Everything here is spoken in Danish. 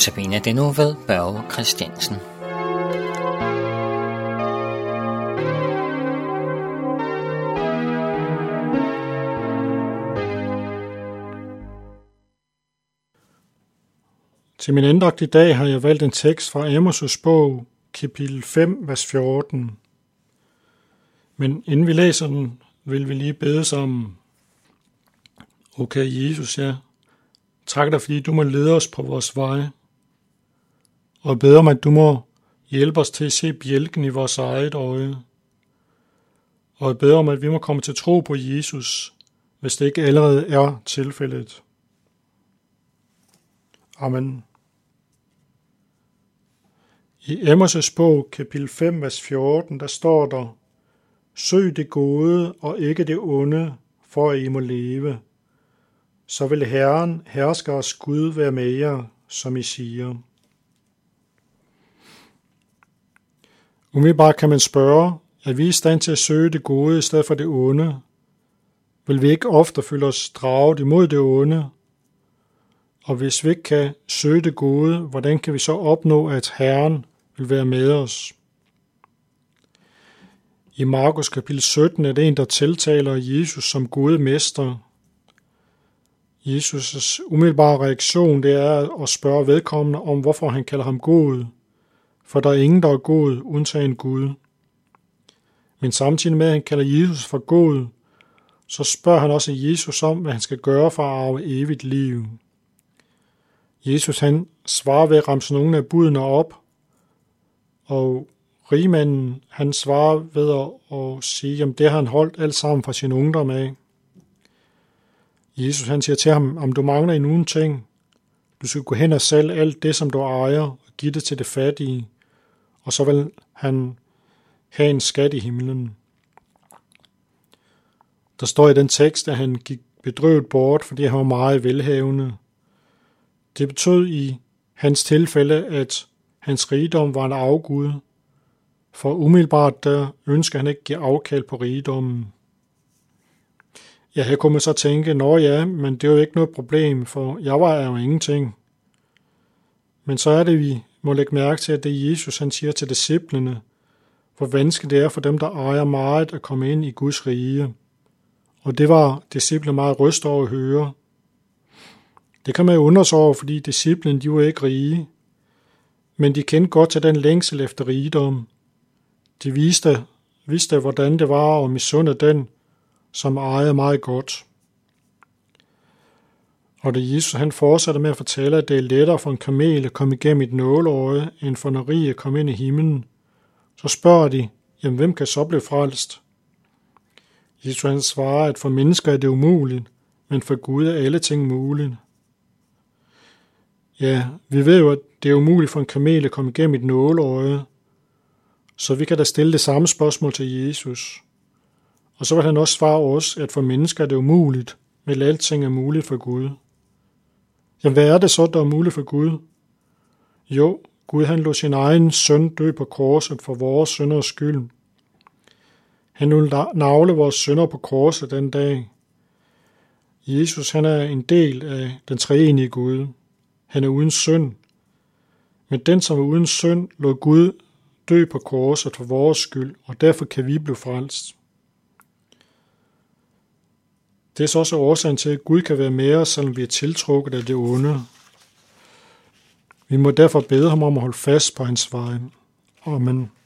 Notabene det nu ved Børge Christiansen. Til min andagt i dag har jeg valgt en tekst fra Amos' bog, kapitel 5, vers 14. Men inden vi læser den, vil vi lige bede sammen. Okay, Jesus, ja. Tak dig, fordi du må lede os på vores vej. Og jeg beder om, at du må hjælpe os til at se bjælken i vores eget øje. Og jeg beder om, at vi må komme til tro på Jesus, hvis det ikke allerede er tilfældet. Amen. I Amos' bog, kapitel 5, vers 14, der står der: Søg det gode og ikke det onde, for at I må leve. Så vil Herren, herskers Gud, være med jer, som I siger. Umiddelbart kan man spørge, er vi i stand til at søge det gode i stedet for det onde? Vil vi ikke ofte føle os draget imod det onde? Og hvis vi ikke kan søge det gode, hvordan kan vi så opnå, at Herren vil være med os? I Markus kapitel 17 er det en, der tiltaler Jesus som gode mester. Jesus' umiddelbare reaktion, det er at spørge vedkommende om, hvorfor han kalder ham god. For der er ingen, der er god, undtagen Gud. Men samtidig med, at han kalder Jesus for god, så spørger han også Jesus om, hvad han skal gøre for at arve evigt liv. Jesus han svarer ved at ramse nogle af budene op, og rigmanden han svarer ved at sige, at det har han holdt alt sammen fra sin ungdom af. Jesus han siger til ham, om du mangler endnu en ting, du skal gå hen og sælge alt det, som du ejer, og give det til det fattige, og så vil han have en skat i himlen. Der står i den tekst, at han gik bedrøvet bort, fordi han var meget velhavende. Det betød i hans tilfælde, at hans rigdom var en afgud, for umiddelbart der ønsker han ikke at give afkald på rigdommen. Ja, her kunne man så tænke, nå ja, men det er jo ikke noget problem, for jeg var jo ingenting. Men så er det, vi må lægge mærke til, at det Jesus han siger til disciplene, hvor vanskeligt det er for dem, der ejer meget, at komme ind i Guds rige. Og det var disciplene meget rystet over at høre. Det kan man jo undre sig over, fordi disciplene de var ikke rige, men de kendte godt til den længsel efter rigdom. De vidste, hvordan det var at misunde den, som ejede meget godt. Og da Jesus han fortsatte med at fortælle, at det er lettere for en kamel at komme igennem et nåleøje, end for en rig at komme ind i himlen, så spørger de, jamen hvem kan så blive frelst? Jesus han svarer, at for mennesker er det umuligt, men for Gud er alle ting muligt. Ja, vi ved jo, at det er umuligt for en kamel at komme igennem et nåleøje, så vi kan da stille det samme spørgsmål til Jesus. Og så vil han også svare os, at for mennesker er det umuligt, men alting er muligt for Gud. Jamen hvad er det så, der er muligt for Gud? Jo, Gud han lod sin egen søn dø på korset for vores synders skyld. Han lod nagle vores synder på korset den dag. Jesus han er en del af den treenige Gud. Han er uden synd. Men den, som er uden synd, lod Gud dø på korset for vores skyld, og derfor kan vi blive frelst. Det er så også årsagen til, at Gud kan være med os, selvom vi er tiltrukket af det onde. Vi må derfor bede ham om at holde fast på hans vej. Amen.